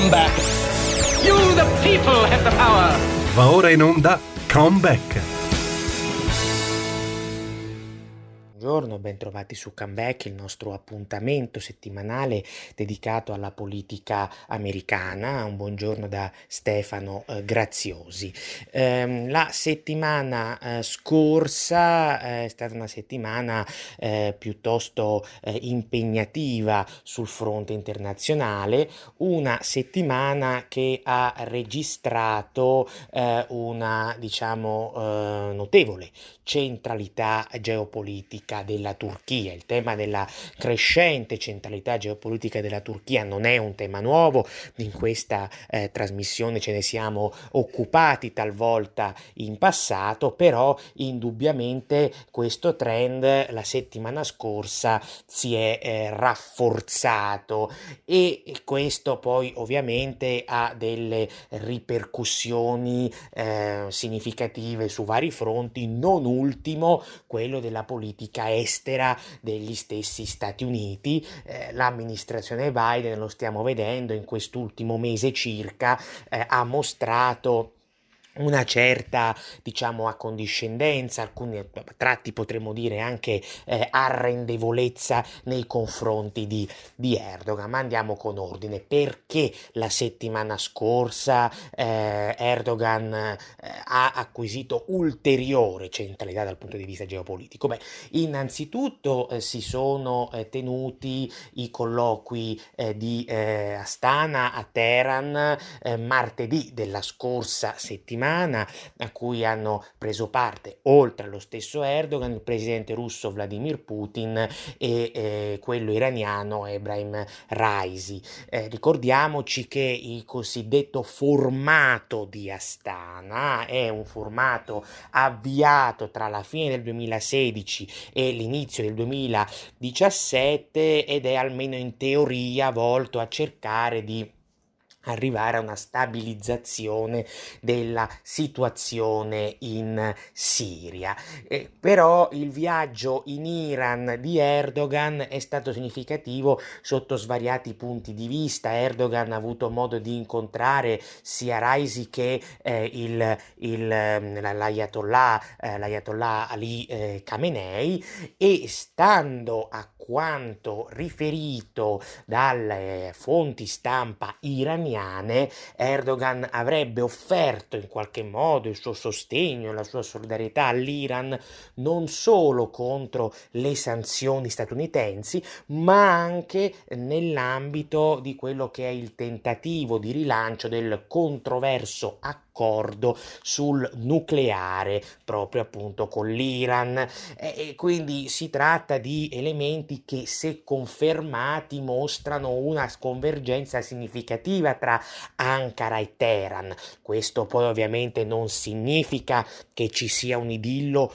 Comeback. You, the people, have the power. Va ora in onda Comeback. Buongiorno, ben trovati su Comeback, il nostro appuntamento settimanale dedicato alla politica americana. Un buongiorno da Stefano Graziosi. La settimana scorsa è stata una settimana piuttosto impegnativa sul fronte internazionale, una settimana che ha registrato una notevole centralità geopolitica della Turchia. Il tema della crescente centralità geopolitica della Turchia non è un tema nuovo, in questa trasmissione ce ne siamo occupati talvolta in passato, però indubbiamente questo trend la settimana scorsa si è rafforzato e questo poi ovviamente ha delle ripercussioni significative su vari fronti, non ultimo quello della politica estera degli stessi Stati Uniti. L'amministrazione Biden, lo stiamo vedendo in quest'ultimo mese circa, ha mostrato una certa, accondiscendenza, alcuni tratti potremmo dire anche arrendevolezza nei confronti di Erdogan. Ma andiamo con ordine. Perché la settimana scorsa Erdogan ha acquisito ulteriore centralità dal punto di vista geopolitico? Innanzitutto si sono tenuti i colloqui di Astana a Teheran martedì della scorsa settimana, a cui hanno preso parte, oltre allo stesso Erdogan, il presidente russo Vladimir Putin e quello iraniano Ebrahim Raisi. Ricordiamoci che il cosiddetto formato di Astana è un formato avviato tra la fine del 2016 e l'inizio del 2017 ed è almeno in teoria volto a cercare di arrivare a una stabilizzazione della situazione in Siria. Però il viaggio in Iran di Erdogan è stato significativo sotto svariati punti di vista. Erdogan ha avuto modo di incontrare sia Raisi che l'Ayatollah Ali Khamenei, e stando a quanto riferito dalle fonti stampa iraniane, Erdogan avrebbe offerto in qualche modo il suo sostegno, la sua solidarietà all'Iran non solo contro le sanzioni statunitensi, ma anche nell'ambito di quello che è il tentativo di rilancio del controverso accordo sul nucleare proprio appunto con l'Iran. E quindi si tratta di elementi che, se confermati, mostrano una convergenza significativa tra Ankara e Teheran. Questo poi ovviamente non significa che ci sia un idillio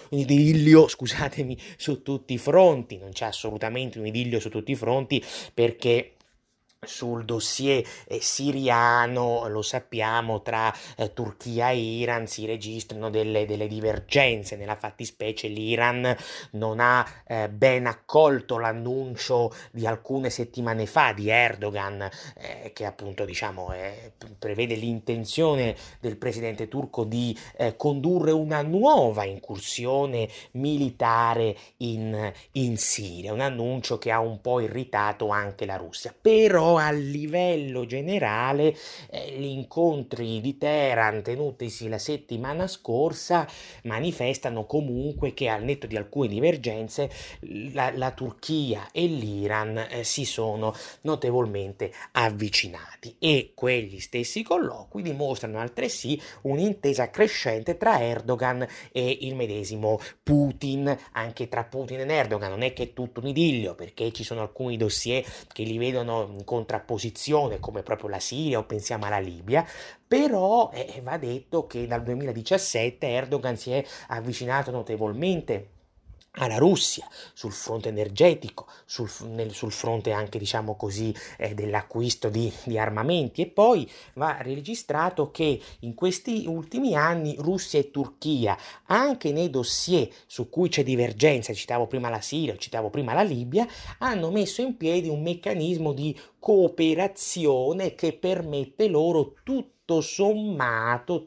su tutti i fronti. Non c'è assolutamente un idillio su tutti i fronti, perché sul dossier siriano, lo sappiamo, tra Turchia e Iran si registrano delle divergenze. Nella fattispecie l'Iran non ha ben accolto l'annuncio di alcune settimane fa di Erdogan, che appunto prevede l'intenzione del presidente turco di condurre una nuova incursione militare in Siria, un annuncio che ha un po' irritato anche la Russia. Però a livello generale gli incontri di Teheran tenutisi la settimana scorsa manifestano comunque che, al netto di alcune divergenze, la Turchia e l'Iran si sono notevolmente avvicinati, e quegli stessi colloqui dimostrano altresì un'intesa crescente tra Erdogan e il medesimo Putin. Anche tra Putin ed Erdogan non è che è tutto un idillio, perché ci sono alcuni dossier che li vedono in contrapposizione, come proprio la Siria, o pensiamo alla Libia. Però va detto che dal 2017 Erdogan si è avvicinato notevolmente alla Russia sul fronte energetico, sul fronte anche, diciamo così, dell'acquisto di armamenti. E poi va registrato che in questi ultimi anni Russia e Turchia, anche nei dossier su cui c'è divergenza, citavo prima la Siria, citavo prima la Libia, hanno messo in piedi un meccanismo di cooperazione che permette loro tutto sommato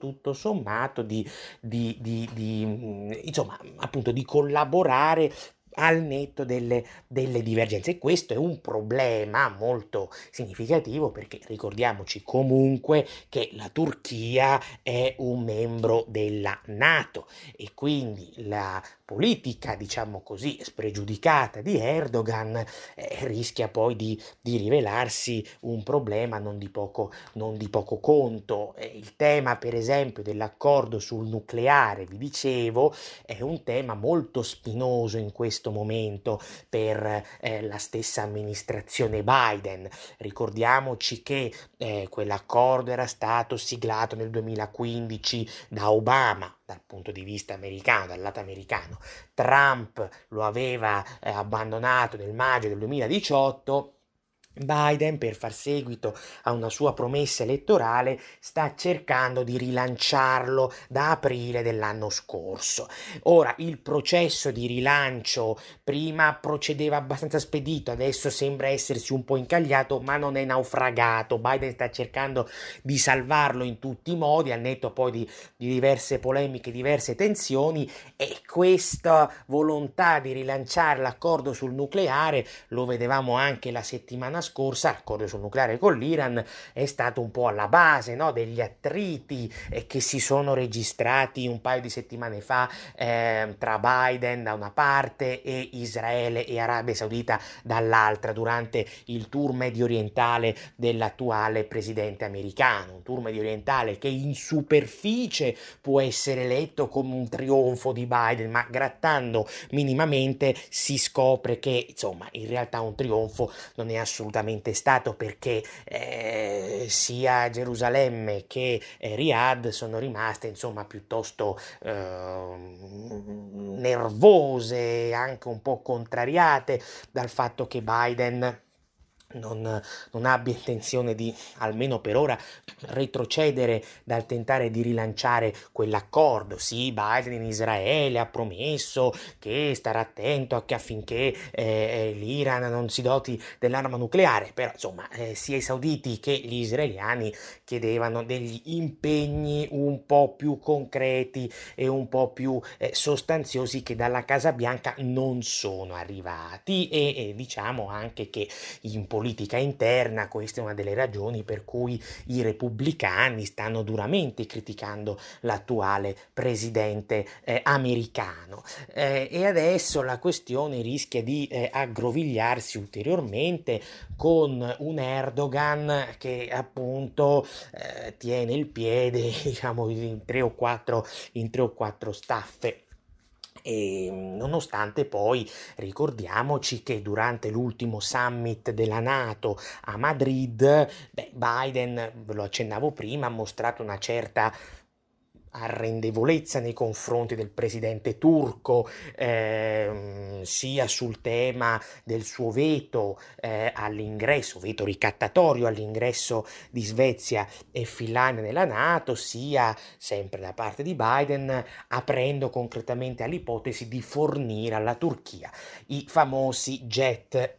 insomma, appunto, di collaborare al netto delle divergenze. E questo è un problema molto significativo, perché ricordiamoci comunque che la Turchia è un membro della NATO e quindi la politica, diciamo così, spregiudicata di Erdogan rischia poi di rivelarsi un problema non di poco conto. Il tema, per esempio, dell'accordo sul nucleare, vi dicevo, è un tema molto spinoso in questo momento per la stessa amministrazione Biden. Ricordiamoci che quell'accordo era stato siglato nel 2015 da Obama dal punto di vista americano, dal lato americano. Trump lo aveva abbandonato nel maggio del 2018. Biden, per far seguito a una sua promessa elettorale, sta cercando di rilanciarlo da aprile dell'anno scorso. Ora, il processo di rilancio prima procedeva abbastanza spedito, adesso sembra essersi un po' incagliato, ma non è naufragato. Biden sta cercando di salvarlo in tutti i modi, al netto poi di diverse polemiche, diverse tensioni, e questa volontà di rilanciare l'accordo sul nucleare, lo vedevamo anche la settimana scorsa, l'accordo sul nucleare con l'Iran è stato un po' alla base, no, degli attriti che si sono registrati un paio di settimane fa tra Biden da una parte e Israele e Arabia Saudita dall'altra, durante il tour medio orientale dell'attuale presidente americano. Un tour medio orientale che in superficie può essere letto come un trionfo di Biden, ma grattando minimamente si scopre che, insomma, in realtà un trionfo non è assolutamente stato, perché sia Gerusalemme che Riyadh sono rimaste, insomma, piuttosto nervose, anche un po' contrariate dal fatto che Biden non abbia intenzione di, almeno per ora, retrocedere dal tentare di rilanciare quell'accordo. Sì, Biden in Israele ha promesso che starà attento affinché l'Iran non si doti dell'arma nucleare, però insomma sia i sauditi che gli israeliani chiedevano degli impegni un po' più concreti e un po' più sostanziosi, che dalla Casa Bianca non sono arrivati. E diciamo anche che in politica interna questa è una delle ragioni per cui i repubblicani stanno duramente criticando l'attuale presidente americano, e adesso la questione rischia di aggrovigliarsi ulteriormente con un Erdogan che appunto tiene il piede, diciamo, in tre o quattro staffe. E nonostante poi ricordiamoci che durante l'ultimo summit della NATO a Madrid, Biden, ve lo accennavo prima, ha mostrato una certa arrendevolezza nei confronti del presidente turco, sia sul tema del suo veto all'ingresso, veto ricattatorio all'ingresso di Svezia e Finlandia nella NATO, sia sempre da parte di Biden aprendo concretamente all'ipotesi di fornire alla Turchia i famosi jet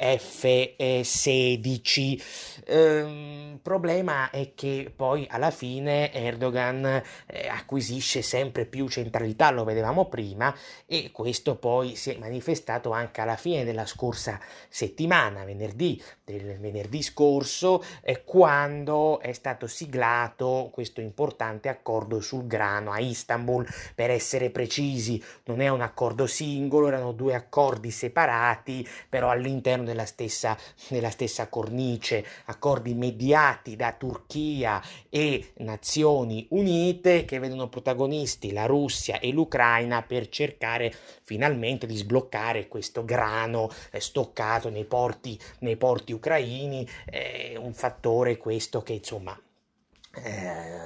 F-16. Il problema è che poi alla fine Erdogan acquisisce sempre più centralità, lo vedevamo prima, e questo poi si è manifestato anche alla fine della scorsa settimana, venerdì scorso, quando è stato siglato questo importante accordo sul grano a Istanbul. Per essere precisi, non è un accordo singolo, erano due accordi separati, però all'interno della stessa cornice, accordi mediati da Turchia e Nazioni Unite, che vedono protagonisti la Russia e l'Ucraina, per cercare finalmente di sbloccare questo grano stoccato nei porti ucraini. Un fattore questo che, insomma,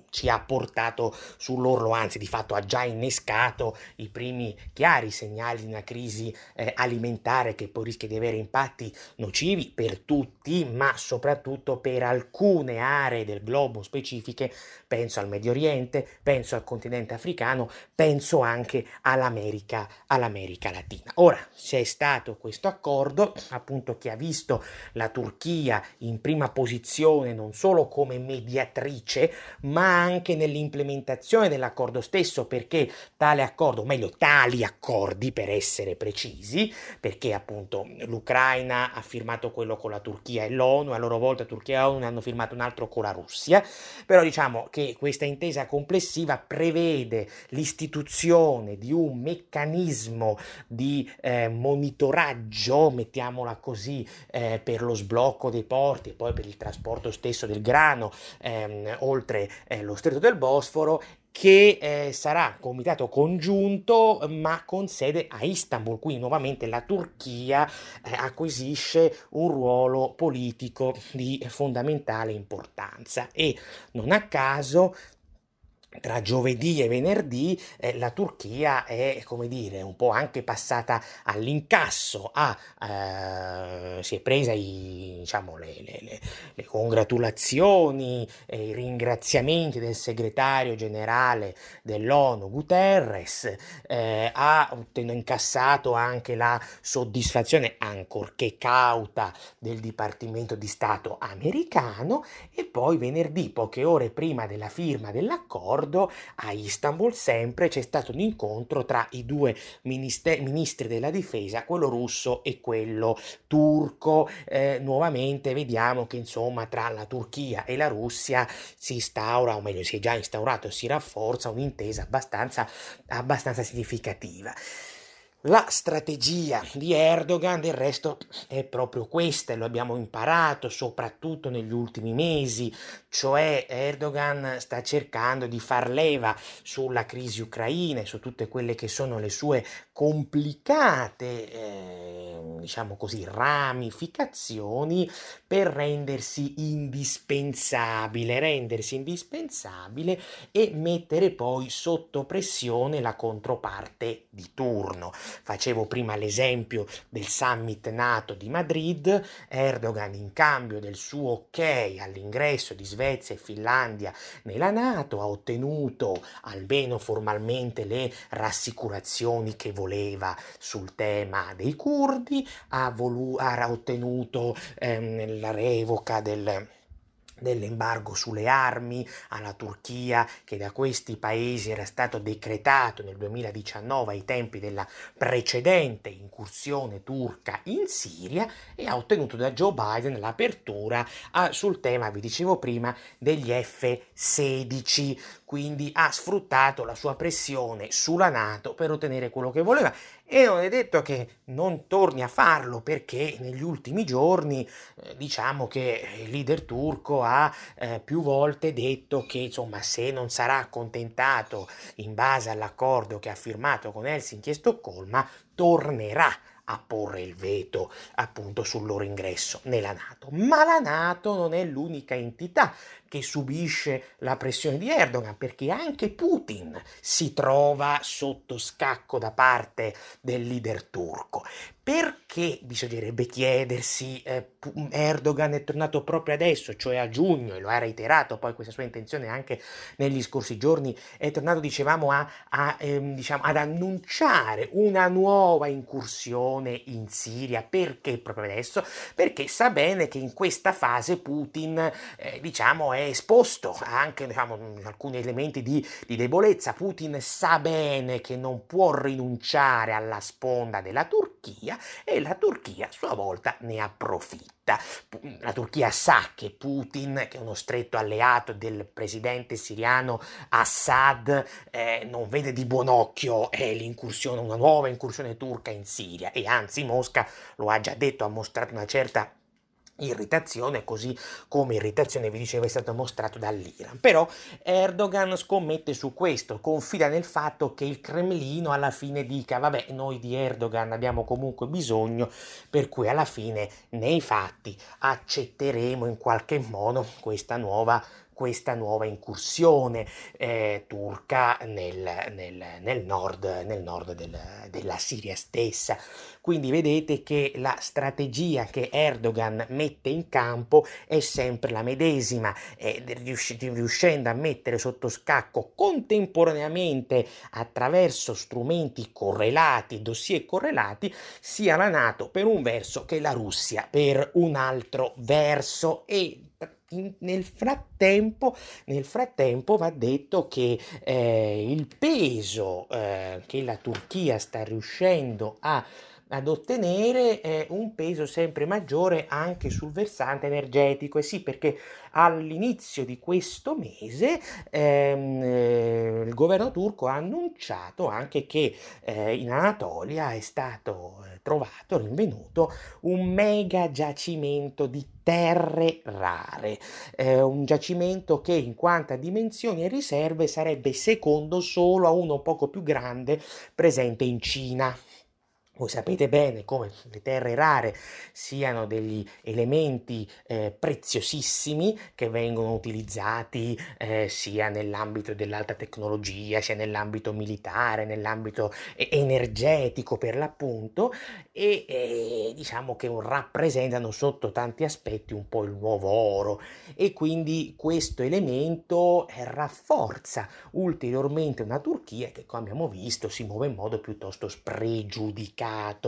ci ha portato sull'orlo, anzi di fatto ha già innescato i primi chiari segnali di una crisi alimentare che poi rischia di avere impatti nocivi per tutti, ma soprattutto per alcune aree del globo specifiche. Penso al Medio Oriente, penso al continente africano, penso anche all'America Latina. Ora c'è stato questo accordo, appunto, che ha visto la Turchia in prima posizione non solo come mediatrice, ma anche nell'implementazione dell'accordo stesso, perché tale accordo, o meglio tali accordi per essere precisi, perché appunto l'Ucraina ha firmato quello con la Turchia e l'ONU, a loro volta Turchia e ONU ne hanno firmato un altro con la Russia, però diciamo che questa intesa complessiva prevede l'istituzione di un meccanismo di monitoraggio, mettiamola così, per lo sblocco dei porti e poi per il trasporto stesso del grano oltre lo stretto del Bosforo, che sarà comitato congiunto ma con sede a Istanbul. Qui nuovamente la Turchia acquisisce un ruolo politico di fondamentale importanza e non a caso tra giovedì e venerdì la Turchia è, come dire, un po' anche passata all'incasso, si è presa diciamo, le congratulazioni e i ringraziamenti del segretario generale dell'ONU Guterres, ha incassato anche la soddisfazione, ancorché cauta, del Dipartimento di Stato americano, e poi venerdì, poche ore prima della firma dell'accordo, a Istanbul sempre c'è stato un incontro tra i due ministri della difesa, quello russo e quello turco. Nuovamente vediamo che insomma tra la Turchia e la Russia si instaura, o meglio si è già instaurato e si rafforza un'intesa abbastanza significativa. La strategia di Erdogan del resto è proprio questa, e lo abbiamo imparato soprattutto negli ultimi mesi, cioè Erdogan sta cercando di far leva sulla crisi ucraina e su tutte quelle che sono le sue complicate, diciamo così, ramificazioni per rendersi indispensabile e mettere poi sotto pressione la controparte di turno. Facevo prima l'esempio del summit NATO di Madrid. Erdogan, in cambio del suo ok all'ingresso di Svezia e Finlandia nella NATO, ha ottenuto almeno formalmente le rassicurazioni che voleva sul tema dei curdi, ha ottenuto la revoca dell'embargo sulle armi alla Turchia, che da questi paesi era stato decretato nel 2019 ai tempi della precedente incursione turca in Siria, e ha ottenuto da Joe Biden l'apertura sul tema, vi dicevo prima, degli F-16, quindi ha sfruttato la sua pressione sulla NATO per ottenere quello che voleva. E non è detto che non torni a farlo, perché negli ultimi giorni diciamo che il leader turco ha più volte detto che insomma, se non sarà accontentato in base all'accordo che ha firmato con Helsinki e Stoccolma, tornerà a porre il veto appunto sul loro ingresso nella NATO. Ma la NATO non è l'unica entità che subisce la pressione di Erdogan, perché anche Putin si trova sotto scacco da parte del leader turco. Perché, bisognerebbe chiedersi, Erdogan è tornato proprio adesso, cioè a giugno, e lo ha reiterato poi questa sua intenzione anche negli scorsi giorni, è tornato, dicevamo, ad annunciare una nuova incursione in Siria. Perché proprio adesso? Perché sa bene che in questa fase Putin, diciamo, è esposto anche alcuni elementi di debolezza. Putin sa bene che non può rinunciare alla sponda della Turchia, e la Turchia a sua volta ne approfitta. La Turchia sa che Putin, che è uno stretto alleato del presidente siriano Assad, non vede di buon occhio una nuova incursione turca in Siria, e anzi Mosca, lo ha già detto, ha mostrato una certa irritazione, così come irritazione, vi dicevo, è stato mostrato dall'Iran. Però Erdogan scommette su questo, confida nel fatto che il Cremlino alla fine dica: vabbè, noi di Erdogan abbiamo comunque bisogno, per cui alla fine nei fatti accetteremo in qualche modo questa nuova questa nuova incursione turca nel nord della Siria stessa. Quindi vedete che la strategia che Erdogan mette in campo è sempre la medesima, riuscendo a mettere sotto scacco contemporaneamente attraverso strumenti correlati, dossier correlati, sia la NATO per un verso che la Russia per un altro verso. E nel frattempo va detto che il peso che la Turchia sta riuscendo ad ottenere è un peso sempre maggiore anche sul versante energetico. E sì, perché all'inizio di questo mese il governo turco ha annunciato anche che in Anatolia è stato rinvenuto un mega giacimento di terre rare, un giacimento che in quanto a dimensioni e riserve sarebbe secondo solo a uno poco più grande presente in Cina. Voi sapete bene come le terre rare siano degli elementi preziosissimi che vengono utilizzati sia nell'ambito dell'alta tecnologia, sia nell'ambito militare, nell'ambito energetico per l'appunto, e diciamo che rappresentano sotto tanti aspetti un po' il nuovo oro, e quindi questo elemento rafforza ulteriormente una Turchia che, come abbiamo visto, si muove in modo piuttosto spregiudicato.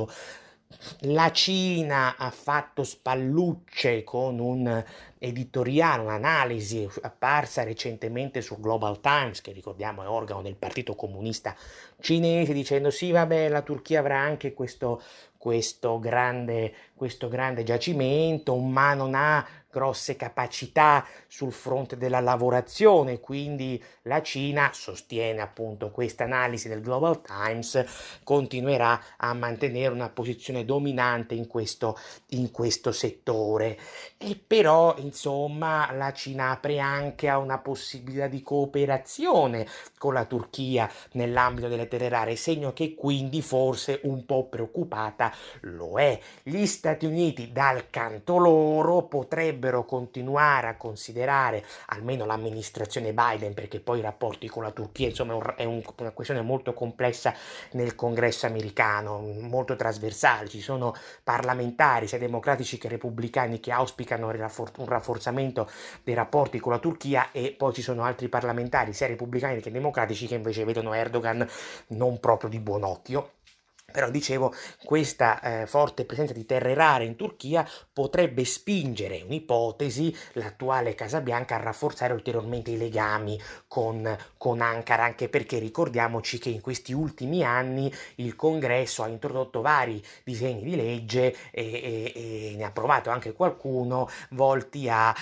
La Cina ha fatto spallucce con un editoriale, un'analisi apparsa recentemente su Global Times, che ricordiamo è organo del Partito Comunista Cinese, dicendo sì, vabbè, la Turchia avrà anche questo grande giacimento, ma non ha grosse capacità sul fronte della lavorazione. Quindi la Cina, sostiene appunto questa analisi del Global Times, continuerà a mantenere una posizione dominante in questo settore. E però insomma la Cina apre anche a una possibilità di cooperazione con la Turchia nell'ambito delle terre rare, segno che quindi forse un po' preoccupata lo è. Gli Stati Uniti dal canto loro potrebbero continuare a considerare, almeno l'amministrazione Biden, perché poi i rapporti con la Turchia insomma è una questione molto complessa nel Congresso americano, molto trasversale. Ci sono parlamentari sia democratici che repubblicani che auspicano un rafforzamento dei rapporti con la Turchia, e poi ci sono altri parlamentari sia repubblicani che democratici che invece vedono Erdogan non proprio di buon occhio. Però dicevo, questa forte presenza di terre rare in Turchia potrebbe spingere, un'ipotesi, l'attuale Casa Bianca a rafforzare ulteriormente i legami con Ankara, anche perché ricordiamoci che in questi ultimi anni il Congresso ha introdotto vari disegni di legge e ne ha approvato anche qualcuno volti a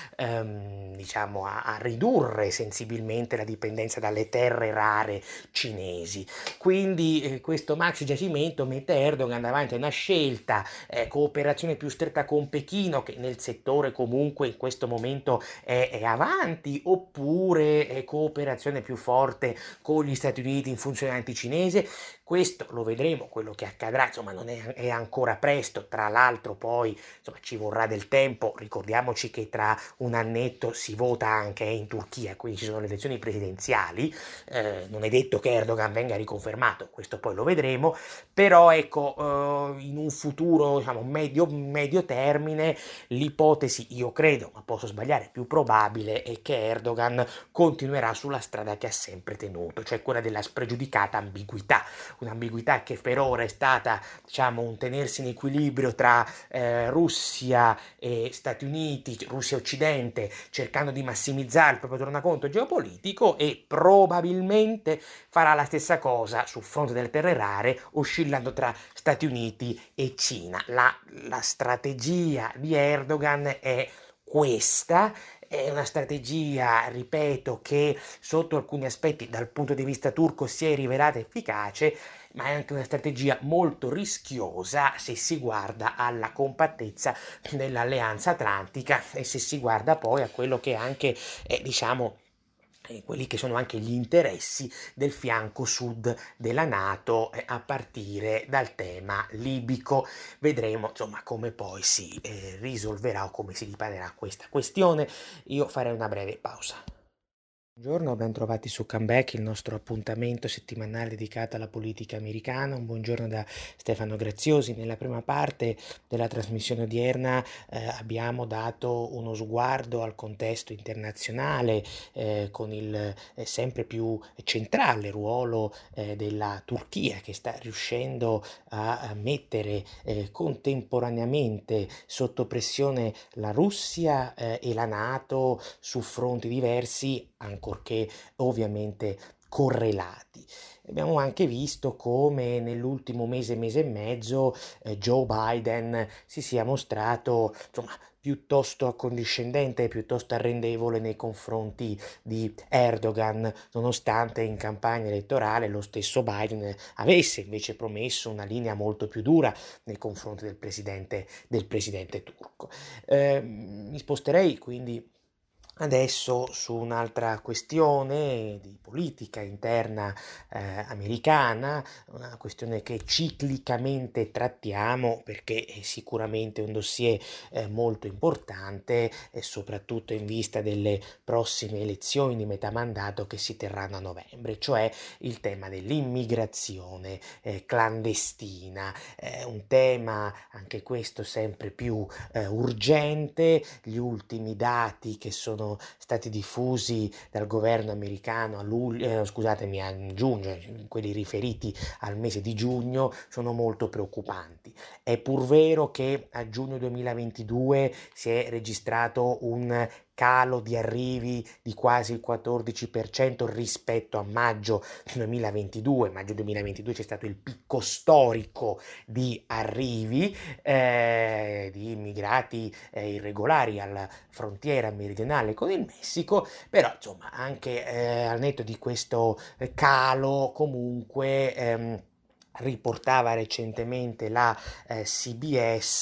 ridurre sensibilmente la dipendenza dalle terre rare cinesi. Quindi questo maxi giacimento mette Erdogan davanti a una scelta: cooperazione più stretta con Pechino, che nel settore comunque in questo momento è avanti, oppure cooperazione più forte con gli Stati Uniti in funzione anticinese. Questo lo vedremo, quello che accadrà, insomma non è ancora presto. Tra l'altro poi insomma ci vorrà del tempo, ricordiamoci che tra un annetto si vota anche in Turchia, quindi ci sono le elezioni presidenziali, non è detto che Erdogan venga riconfermato, questo poi lo vedremo, però ecco, in un futuro diciamo medio termine l'ipotesi, io credo, ma posso sbagliare, più probabile è che Erdogan continuerà sulla strada che ha sempre tenuto, cioè quella della spregiudicata ambiguità, un'ambiguità che per ora è stata diciamo un tenersi in equilibrio tra Russia e Stati Uniti, Russia e Occidente, cercando di massimizzare il proprio tornaconto geopolitico, e probabilmente farà la stessa cosa sul fronte delle terre rare, oscillando tra Stati Uniti e Cina. La strategia di Erdogan è questa. È una strategia, ripeto, che sotto alcuni aspetti dal punto di vista turco si è rivelata efficace, ma è anche una strategia molto rischiosa se si guarda alla compattezza dell'Alleanza Atlantica e se si guarda poi a quello che anche quelli che sono anche gli interessi del fianco sud della NATO, a partire dal tema libico. Vedremo insomma come poi si risolverà o come si riparerà questa questione. Io farei una breve pausa. Buongiorno, ben trovati su Comeback, il nostro appuntamento settimanale dedicato alla politica americana. Un buongiorno da Stefano Graziosi. Nella prima parte della trasmissione odierna abbiamo dato uno sguardo al contesto internazionale con il sempre più centrale ruolo della Turchia, che sta riuscendo a mettere contemporaneamente sotto pressione la Russia e la NATO su fronti diversi, ancorché ovviamente correlati. Abbiamo anche visto come nell'ultimo mese e mezzo Joe Biden si sia mostrato, insomma, piuttosto accondiscendente, piuttosto arrendevole nei confronti di Erdogan, nonostante in campagna elettorale lo stesso Biden avesse invece promesso una linea molto più dura nei confronti del presidente turco. Mi sposterei quindi adesso su un'altra questione di politica interna americana, una questione che ciclicamente trattiamo perché è sicuramente un dossier molto importante e soprattutto in vista delle prossime elezioni di metà mandato che si terranno a novembre, cioè il tema dell'immigrazione clandestina, un tema anche questo sempre più urgente. Gli ultimi dati che sono stati diffusi dal governo americano a giugno, quelli riferiti al mese di giugno, sono molto preoccupanti. È pur vero che a giugno 2022 si è registrato un calo di arrivi di quasi il 14% rispetto a maggio 2022. Maggio 2022 c'è stato il picco storico di arrivi di immigrati irregolari alla frontiera meridionale con il Messico, però insomma anche al netto di questo calo comunque riportava recentemente la CBS,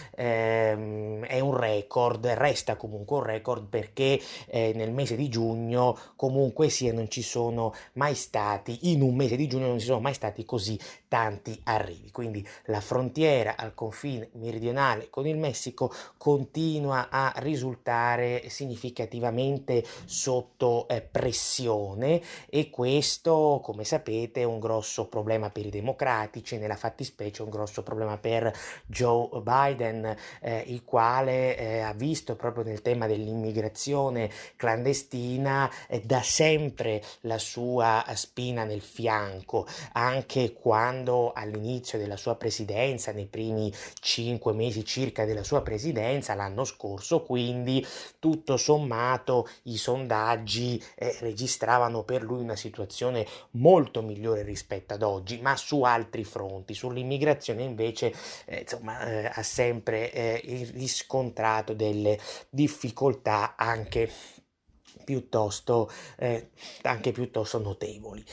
è un record, resta comunque un record perché nel mese di giugno comunque sia non ci sono mai stati, in un mese di giugno non ci sono mai stati così tanti arrivi, quindi la frontiera al confine meridionale con il Messico continua a risultare significativamente sotto pressione e questo, come sapete, è un grosso problema per i democratici, nella fattispecie un grosso problema per Joe Biden, il quale ha visto proprio nel tema dell'immigrazione clandestina da sempre la sua spina nel fianco, anche quando all'inizio della sua presidenza, nei primi 5 mesi circa della sua presidenza l'anno scorso, quindi tutto sommato i sondaggi registravano per lui una situazione molto migliore rispetto ad oggi, ma su altri fronti. Sull'immigrazione invece ha sempre riscontrato delle difficoltà piuttosto notevoli.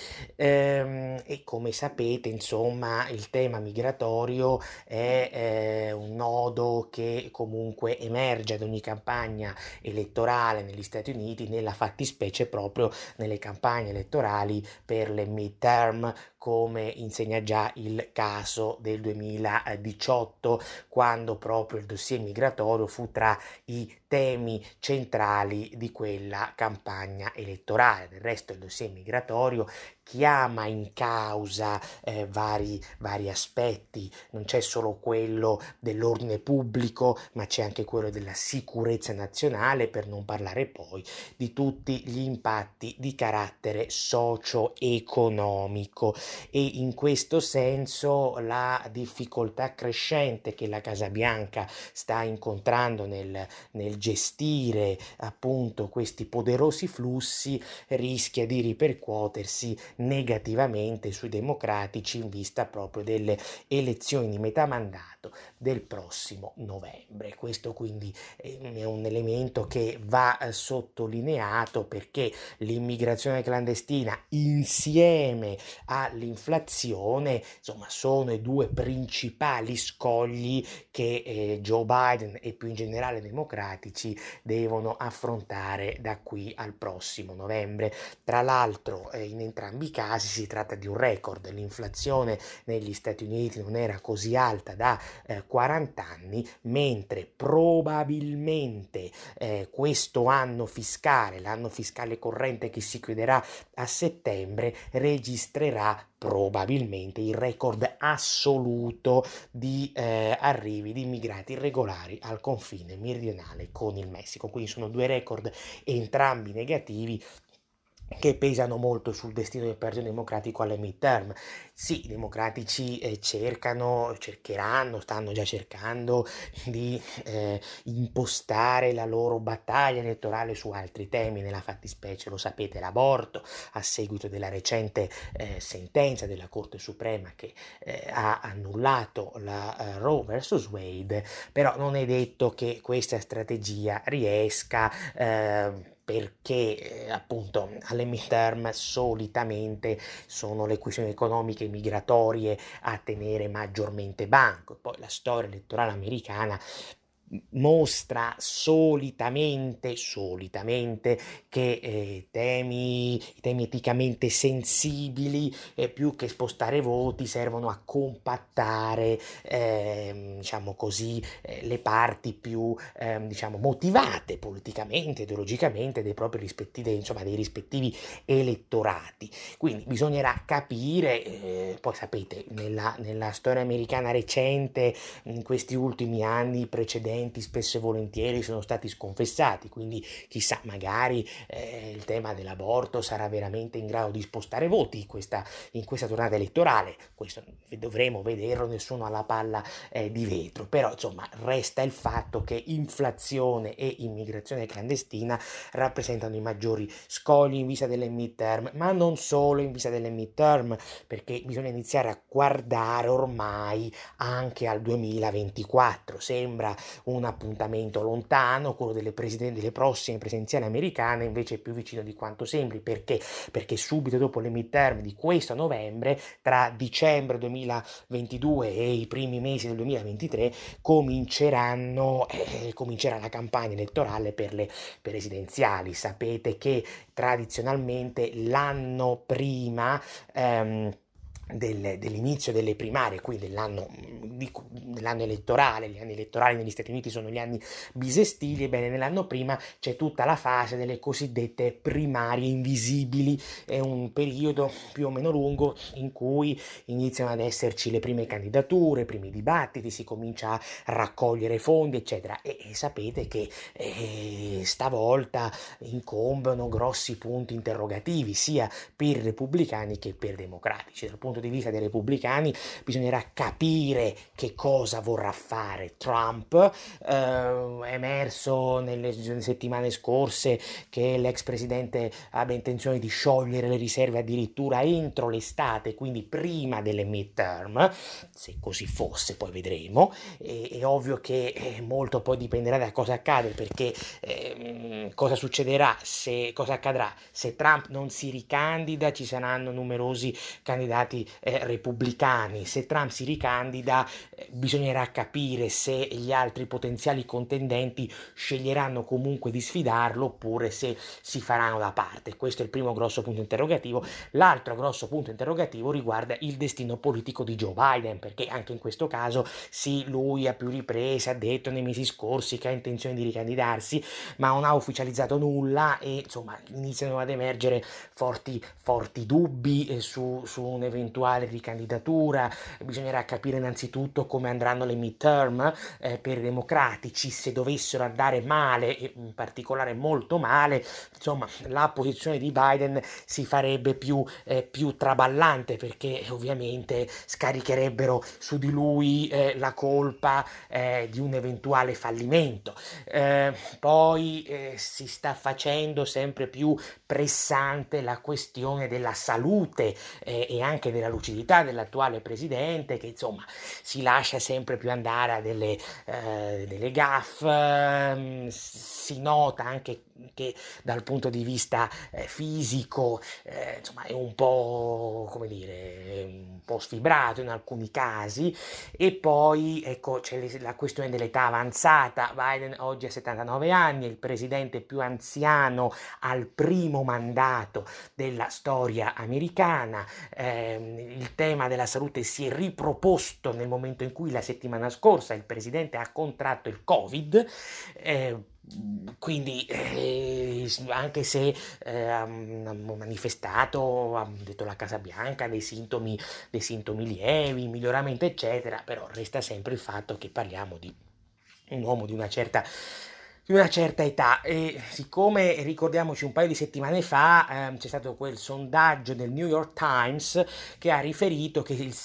E come sapete, insomma, il tema migratorio è un nodo che comunque emerge ad ogni campagna elettorale negli Stati Uniti, nella fattispecie proprio nelle campagne elettorali per le midterm, come insegna già il caso del 2018, quando proprio il dossier migratorio fu tra i temi centrali di quella campagna elettorale. Del resto il dossier migratorio chiama in causa vari aspetti, non c'è solo quello dell'ordine pubblico, ma c'è anche quello della sicurezza nazionale, per non parlare poi di tutti gli impatti di carattere socio-economico, e in questo senso la difficoltà crescente che la Casa Bianca sta incontrando nel gestire appunto questi poderosi flussi rischia di ripercuotersi negativamente sui democratici in vista proprio delle elezioni di metà mandato del prossimo novembre. Questo quindi è un elemento che va sottolineato, perché l'immigrazione clandestina insieme all'inflazione insomma sono i due principali scogli che Joe Biden e più in generale i democratici devono affrontare da qui qui al prossimo novembre. Tra l'altro in entrambi i casi si tratta di un record, l'inflazione negli Stati Uniti non era così alta da 40 anni, mentre probabilmente questo anno fiscale, l'anno fiscale corrente che si chiuderà a settembre, registrerà probabilmente il record assoluto di arrivi di immigrati irregolari al confine meridionale con il Messico. Quindi sono due record entrambi negativi che pesano molto sul destino del Partito Democratico alle midterm. Sì, i democratici stanno già cercando di impostare la loro battaglia elettorale su altri temi, nella fattispecie, lo sapete, l'aborto, a seguito della recente sentenza della Corte Suprema che ha annullato la Roe vs. Wade, però non è detto che questa strategia riesca perché appunto alle midterm solitamente sono le questioni economiche e migratorie a tenere maggiormente banco. Poi la storia elettorale americana mostra solitamente che i temi eticamente sensibili, più che spostare voti, servono a compattare le parti più motivate politicamente, ideologicamente dei rispettivi elettorati. Quindi bisognerà capire, poi sapete, nella storia americana recente, in questi ultimi anni precedenti, spesso e volentieri sono stati sconfessati, quindi chissà, magari il tema dell'aborto sarà veramente in grado di spostare voti in questa tornata elettorale. Questo dovremo vederlo, nessuno ha la palla di vetro, però insomma resta il fatto che inflazione e immigrazione clandestina rappresentano i maggiori scogli in vista delle midterm, ma non solo in vista delle midterm, perché bisogna iniziare a guardare ormai anche al 2024. Sembra un appuntamento lontano, quello delle prossime presidenziali americane, invece è più vicino di quanto sembri. Perché subito dopo le midterm di questo novembre, tra dicembre 2022 e i primi mesi del 2023, comincerà la campagna elettorale per le presidenziali. Sapete che tradizionalmente l'anno prima dell'inizio delle primarie, quindi dell'anno elettorale, gli anni elettorali negli Stati Uniti sono gli anni bisestili, ebbene nell'anno prima c'è tutta la fase delle cosiddette primarie invisibili, è un periodo più o meno lungo in cui iniziano ad esserci le prime candidature, i primi dibattiti, si comincia a raccogliere fondi, eccetera, e sapete che stavolta incombono grossi punti interrogativi sia per i repubblicani che per i democratici. Dal punto di vista dei repubblicani bisognerà capire che cosa vorrà fare Trump. È emerso nelle settimane scorse che l'ex presidente abbia intenzione di sciogliere le riserve addirittura entro l'estate, quindi prima delle midterm. Se così fosse, poi vedremo. È ovvio che molto poi dipenderà da cosa accade, perché cosa accadrà se Trump non si ricandida. Ci saranno numerosi candidati repubblicani. Se Trump si ricandida, bisognerà capire se gli altri potenziali contendenti sceglieranno comunque di sfidarlo oppure se si faranno da parte. Questo è il primo grosso punto interrogativo. L'altro grosso punto interrogativo riguarda il destino politico di Joe Biden, perché anche in questo caso sì, lui a più riprese ha detto nei mesi scorsi che ha intenzione di ricandidarsi, ma non ha ufficializzato nulla e insomma iniziano ad emergere forti dubbi su un'eventuale ricandidatura. Bisognerà capire innanzitutto come andranno le midterm per i democratici. Se dovessero andare male, e in particolare molto male, insomma la posizione di Biden si farebbe più traballante, perché ovviamente scaricherebbero su di lui la colpa di un eventuale fallimento. Poi si sta facendo sempre più pressante la questione della salute e anche della lucidità dell'attuale presidente, che insomma si lascia sempre più andare a delle gaffe, si nota anche che dal punto di vista fisico insomma è un po', come dire, un po' sfibrato in alcuni casi. E poi ecco c'è la questione dell'età avanzata. Biden oggi ha 79 anni, è il presidente più anziano al primo mandato della storia americana. Il tema della salute si è riproposto nel momento in cui la settimana scorsa il presidente ha contratto il Covid. Quindi anche se hanno manifestato, ha detto la Casa Bianca, dei sintomi lievi, miglioramento eccetera, però resta sempre il fatto che parliamo di un uomo di una certa età. E siccome, ricordiamoci, un paio di settimane fa c'è stato quel sondaggio del New York Times che ha riferito che il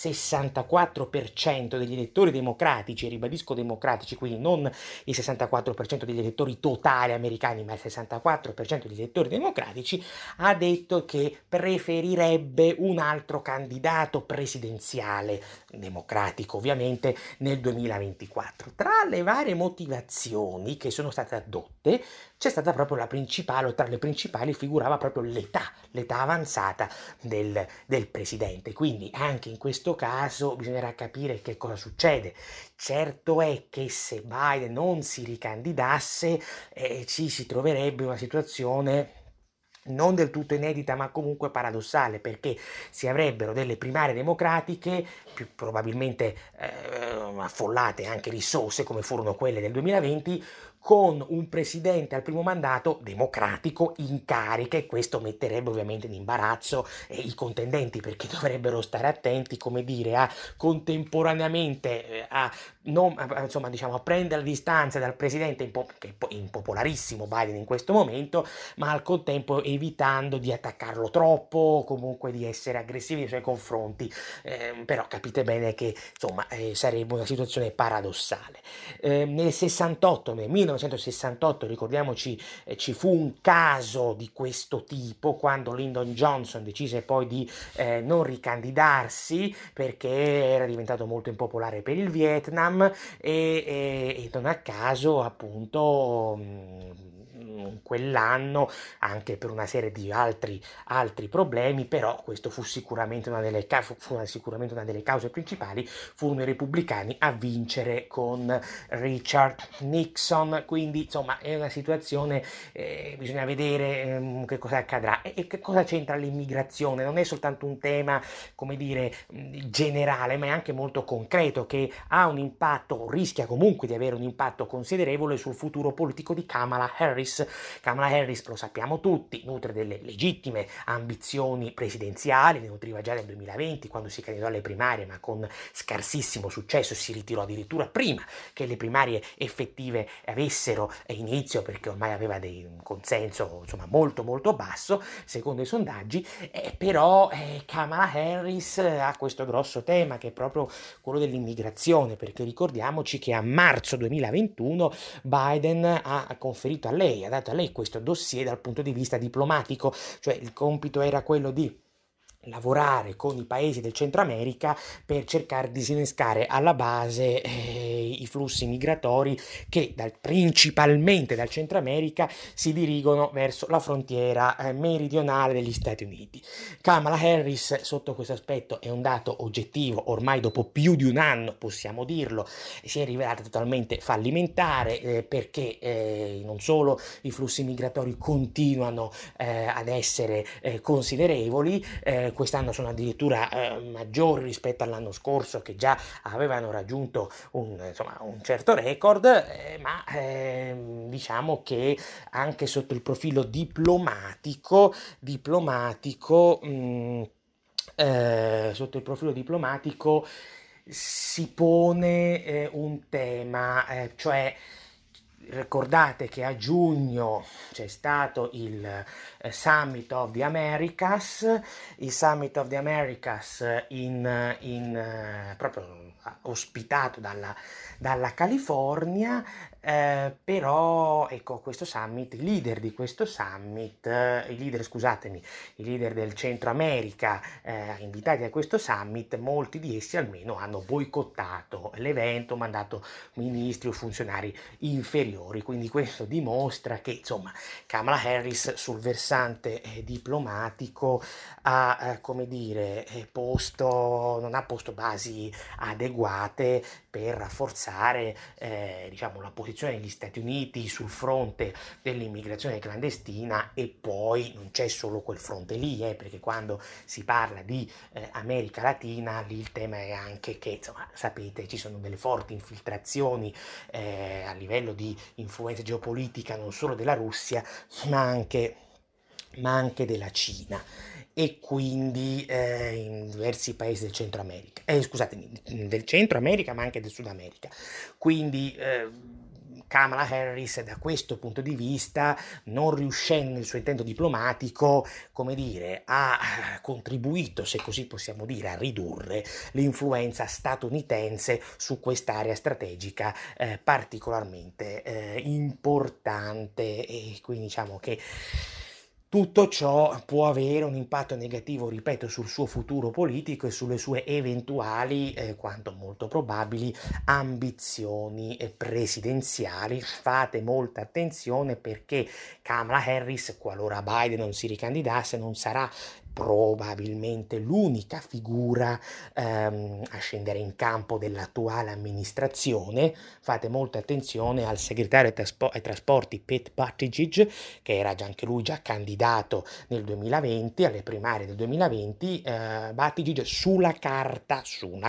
64% degli elettori democratici, e ribadisco democratici, quindi non il 64% degli elettori totali americani, ma il 64% degli elettori democratici, ha detto che preferirebbe un altro candidato presidenziale, democratico ovviamente, nel 2024. Tra le varie motivazioni che sono state addotte c'è stata proprio la principale, o tra le principali figurava proprio l'età avanzata del presidente. Quindi anche in questo caso bisognerà capire che cosa succede. Certo è che se Biden non si ricandidasse ci si troverebbe in una situazione non del tutto inedita, ma comunque paradossale, perché si avrebbero delle primarie democratiche, più probabilmente affollate anche risorse come furono quelle del 2020, con un presidente al primo mandato democratico in carica, e questo metterebbe ovviamente in imbarazzo i contendenti, perché dovrebbero stare attenti, come dire, a contemporaneamente a prendere la distanza dal presidente che è impopolarissimo Biden in questo momento, ma al contempo evitando di attaccarlo troppo, o comunque di essere aggressivi nei suoi confronti. Però capite bene che insomma sarebbe una situazione paradossale. Nel 1968, ricordiamoci, ci fu un caso di questo tipo, quando Lyndon Johnson decise poi di non ricandidarsi perché era diventato molto impopolare per il Vietnam, e non a caso appunto quell'anno, anche per una serie di altri problemi, però questo fu sicuramente una delle cause principali, furono i repubblicani a vincere con Richard Nixon. Quindi insomma è una situazione, bisogna vedere che cosa accadrà. E che cosa c'entra l'immigrazione? Non è soltanto un tema, come dire, generale, ma è anche molto concreto, che ha un impatto, rischia comunque di avere un impatto considerevole sul futuro politico di Kamala Harris. Kamala Harris, lo sappiamo tutti, nutre delle legittime ambizioni presidenziali, ne nutriva già nel 2020 quando si candidò alle primarie, ma con scarsissimo successo, si ritirò addirittura prima che le primarie effettive avessero inizio, perché ormai aveva un consenso insomma molto molto basso secondo i sondaggi. Però Kamala Harris ha questo grosso tema, che è proprio quello dell'immigrazione, perché ricordiamoci che a marzo 2021 Biden ha conferito a lei, ha dato a lei questo dossier dal punto di vista diplomatico, cioè il compito era quello di lavorare con i paesi del Centro America per cercare di disinnescare alla base i flussi migratori che principalmente dal Centro America si dirigono verso la frontiera meridionale degli Stati Uniti. Kamala Harris sotto questo aspetto, è un dato oggettivo, ormai dopo più di un anno possiamo dirlo, si è rivelata totalmente fallimentare, perché non solo i flussi migratori continuano ad essere considerevoli, quest'anno sono addirittura maggiori rispetto all'anno scorso, che già avevano raggiunto un certo record, ma diciamo che anche sotto il profilo diplomatico si pone un tema, cioè ricordate che a giugno c'è stato il Summit of the Americas, proprio ospitato dalla California, Però ecco, questo summit, i leader del Centro America invitati a questo summit, molti di essi almeno hanno boicottato l'evento, mandato ministri o funzionari inferiori, quindi questo dimostra che insomma Kamala Harris sul versante diplomatico ha non ha posto basi adeguate per rafforzare la posizione degli Stati Uniti sul fronte dell'immigrazione clandestina. E poi non c'è solo quel fronte lì, perché quando si parla di America Latina, lì il tema è anche che, insomma, sapete, ci sono delle forti infiltrazioni a livello di influenza geopolitica non solo della Russia, ma anche della Cina, e quindi in diversi paesi del Centro America, del Centro America, ma anche del Sud America. Quindi Kamala Harris, da questo punto di vista, non riuscendo nel suo intento diplomatico, ha contribuito, se così possiamo dire, a ridurre l'influenza statunitense su quest'area strategica particolarmente importante, e quindi diciamo che tutto ciò può avere un impatto negativo, ripeto, sul suo futuro politico e sulle sue eventuali, quanto molto probabili, ambizioni presidenziali. Fate molta attenzione, perché Kamala Harris, qualora Biden non si ricandidasse, non sarà probabilmente l'unica figura a scendere in campo dell'attuale amministrazione. Fate molta attenzione al segretario ai trasporti Pete Buttigieg, che era anche lui già candidato nel 2020, alle primarie del 2020. Buttigieg sulla carta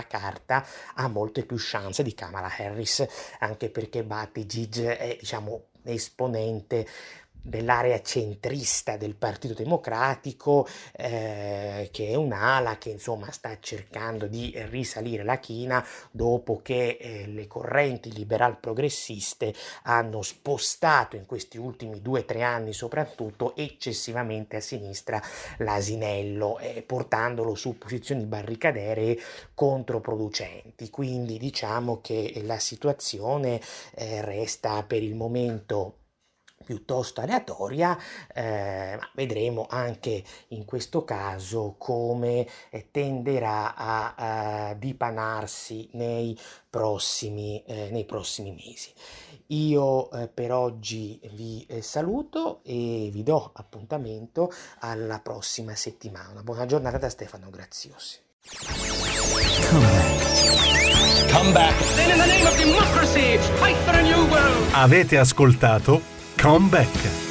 ha molte più chance di Kamala Harris, anche perché Buttigieg è, esponente dell'area centrista del Partito Democratico, che è un'ala che insomma sta cercando di risalire la china dopo che le correnti liberal progressiste hanno spostato in questi ultimi 2-3 anni soprattutto eccessivamente a sinistra l'asinello, portandolo su posizioni barricadere controproducenti. Quindi diciamo che la situazione resta per il momento piuttosto aleatoria, ma vedremo anche in questo caso come tenderà a dipanarsi nei prossimi mesi. Io per oggi vi saluto e vi do appuntamento alla prossima settimana. Una buona giornata da Stefano Graziosi. Come back. Then in the name of democracy, fight for a new world. Avete ascoltato Come Back.